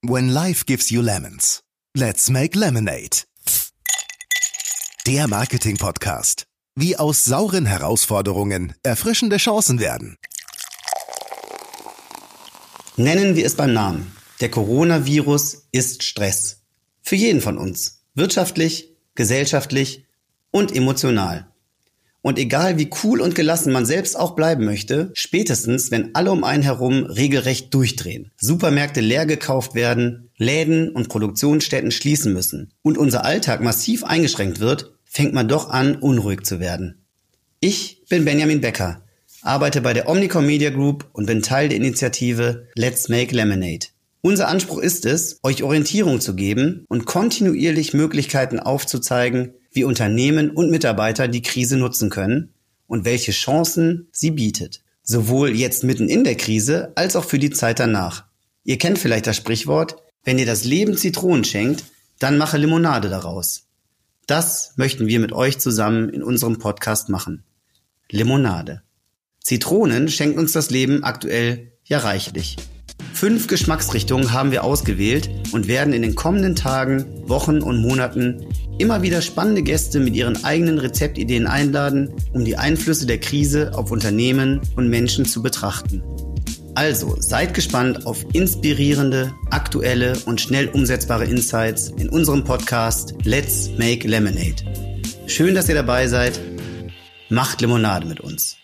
When life gives you lemons, let's make lemonade. Der Marketing-Podcast. Wie aus sauren Herausforderungen erfrischende Chancen werden. Nennen wir es beim Namen. Der Coronavirus ist Stress. Für jeden von uns. Wirtschaftlich, gesellschaftlich und emotional. Und egal wie cool und gelassen man selbst auch bleiben möchte, spätestens wenn alle um einen herum regelrecht durchdrehen, Supermärkte leer gekauft werden, Läden und Produktionsstätten schließen müssen und unser Alltag massiv eingeschränkt wird, fängt man doch an, unruhig zu werden. Ich bin Benjamin Becker, arbeite bei der Omnicom Media Group und bin Teil der Initiative Let's Make Lemonade. Unser Anspruch ist es, euch Orientierung zu geben und kontinuierlich Möglichkeiten aufzuzeigen, wie Unternehmen und Mitarbeiter die Krise nutzen können und welche Chancen sie bietet. Sowohl jetzt mitten in der Krise als auch für die Zeit danach. Ihr kennt vielleicht das Sprichwort, wenn dir das Leben Zitronen schenkt, dann mache Limonade daraus. Das möchten wir mit euch zusammen in unserem Podcast machen. Limonade. Zitronen schenkt uns das Leben aktuell ja reichlich. 5 Geschmacksrichtungen haben wir ausgewählt und werden in den kommenden Tagen, Wochen und Monaten immer wieder spannende Gäste mit ihren eigenen Rezeptideen einladen, um die Einflüsse der Krise auf Unternehmen und Menschen zu betrachten. Also seid gespannt auf inspirierende, aktuelle und schnell umsetzbare Insights in unserem Podcast Let's Make Lemonade. Schön, dass ihr dabei seid. Macht Limonade mit uns.